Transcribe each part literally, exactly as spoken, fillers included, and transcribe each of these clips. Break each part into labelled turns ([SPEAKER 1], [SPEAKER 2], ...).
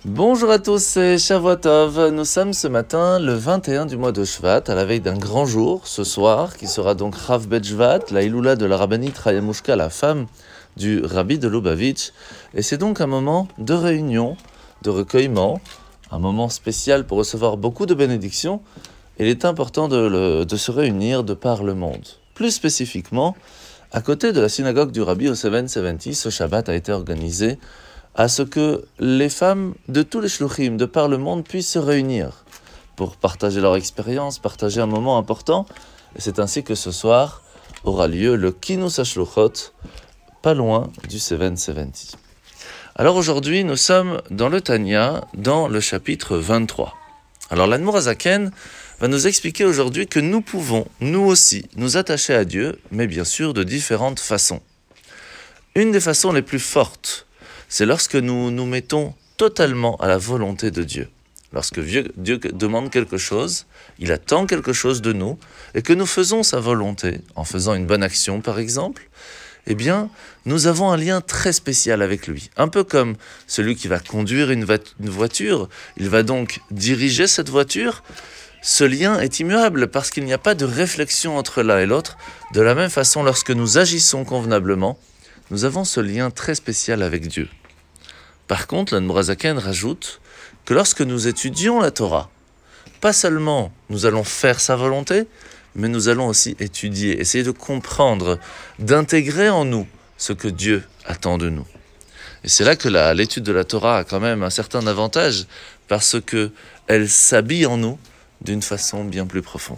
[SPEAKER 1] Bonjour à tous, c'est Shavuot Tov. Nous sommes ce matin le vingt et un du mois de Shvat, à la veille d'un grand jour, ce soir, qui sera donc Rav Bet Shvat, la Iloula de la rabbinite Raya Mushka, la femme du rabbi de Lubavitch. Et c'est donc un moment de réunion, de recueillement, un moment spécial pour recevoir beaucoup de bénédictions. Il est important de, le, de se réunir de par le monde. Plus spécifiquement, à côté de la synagogue du rabbi au sept cent soixante-dix, ce Shabbat a été organisé à ce que les femmes de tous les shluchim, de par le monde, puissent se réunir pour partager leur expérience, partager un moment important. Et c'est ainsi que ce soir aura lieu le Kinus HaShluchot, pas loin du sept cent soixante-dix. Alors aujourd'hui, nous sommes dans le Tanya, dans le chapitre vingt-trois. Alors l'Admour HaZaken va nous expliquer aujourd'hui que nous pouvons, nous aussi, nous attacher à Dieu, mais bien sûr de différentes façons. Une des façons les plus fortes, c'est lorsque nous nous mettons totalement à la volonté de Dieu. Lorsque Dieu, Dieu demande quelque chose, il attend quelque chose de nous, et que nous faisons sa volonté, en faisant une bonne action par exemple, eh bien, nous avons un lien très spécial avec lui. Un peu comme celui qui va conduire une, va- une voiture, il va donc diriger cette voiture. Ce lien est immuable parce qu'il n'y a pas de réflexion entre l'un et l'autre. De la même façon, lorsque nous agissons convenablement, nous avons ce lien très spécial avec Dieu. Par contre, l'Admour HaZaken rajoute que lorsque nous étudions la Torah, pas seulement nous allons faire sa volonté, mais nous allons aussi étudier, essayer de comprendre, d'intégrer en nous ce que Dieu attend de nous. Et c'est là que la, l'étude de la Torah a quand même un certain avantage, parce qu'elle s'habille en nous d'une façon bien plus profonde.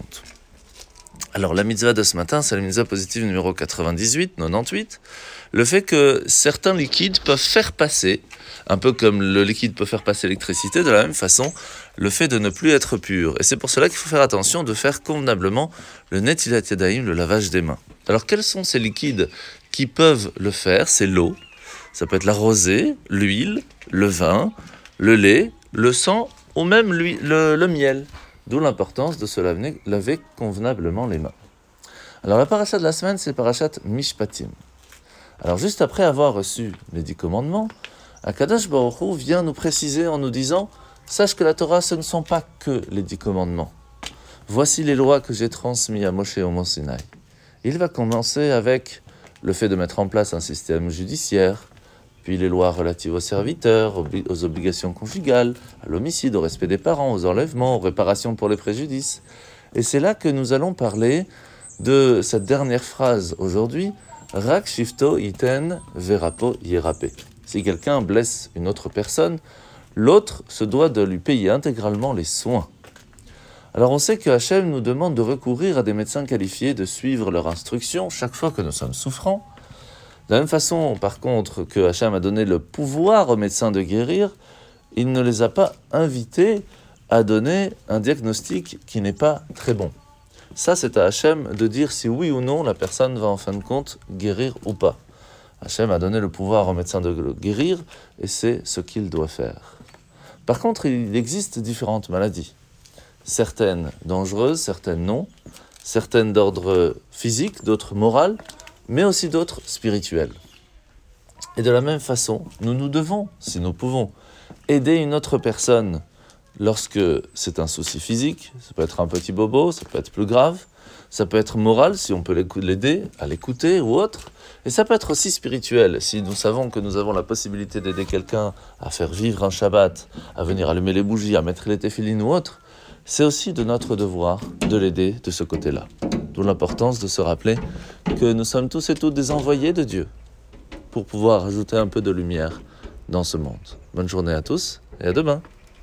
[SPEAKER 1] Alors la mitzvah de ce matin, c'est la mitzvah positive numéro quatre-vingt-dix-huit, quatre-vingt-dix-huit, le fait que certains liquides peuvent faire passer, un peu comme le liquide peut faire passer l'électricité, de la même façon, le fait de ne plus être pur. Et c'est pour cela qu'il faut faire attention de faire convenablement le netilat yadayim, le lavage des mains. Alors quels sont ces liquides qui peuvent le faire? C'est l'eau, ça peut être la rosée, l'huile, le vin, le lait, le sang ou même l'huile, le, le miel. D'où l'importance de se laver, laver convenablement les mains. Alors la paracha de la semaine, c'est parachat Mishpatim. Alors juste après avoir reçu les dix commandements, Akadosh Baruch Hu vient nous préciser en nous disant « Sache que la Torah, ce ne sont pas que les dix commandements. Voici les lois que j'ai transmises à Moshe au Mont Sinaï. » Il va commencer avec le fait de mettre en place un système judiciaire, puis les lois relatives aux serviteurs, aux obligations conjugales, à l'homicide, au respect des parents, aux enlèvements, aux réparations pour les préjudices. Et c'est là que nous allons parler de cette dernière phrase aujourd'hui, « Rak shifto iten verapo yerape ». Si quelqu'un blesse une autre personne, l'autre se doit de lui payer intégralement les soins. Alors on sait que Hachem nous demande de recourir à des médecins qualifiés, de suivre leurs instructions chaque fois que nous sommes souffrants. De la même façon, par contre, que Hachem a donné le pouvoir aux médecins de guérir, il ne les a pas invités à donner un diagnostic qui n'est pas très bon. Ça, c'est à Hachem de dire si oui ou non la personne va en fin de compte guérir ou pas. Hachem a donné le pouvoir aux médecins de le guérir et c'est ce qu'il doit faire. Par contre, il existe différentes maladies. Certaines dangereuses, certaines non. Certaines d'ordre physique, d'autres moral, mais aussi d'autres spirituels. Et de la même façon, nous nous devons, si nous pouvons, aider une autre personne lorsque c'est un souci physique, ça peut être un petit bobo, ça peut être plus grave, ça peut être moral si on peut l'aider à l'écouter ou autre, et ça peut être aussi spirituel si nous savons que nous avons la possibilité d'aider quelqu'un à faire vivre un Shabbat, à venir allumer les bougies, à mettre les téphilines ou autre, c'est aussi de notre devoir de l'aider de ce côté-là. D'où l'importance de se rappeler que nous sommes tous et toutes des envoyés de Dieu pour pouvoir ajouter un peu de lumière dans ce monde. Bonne journée à tous et à demain.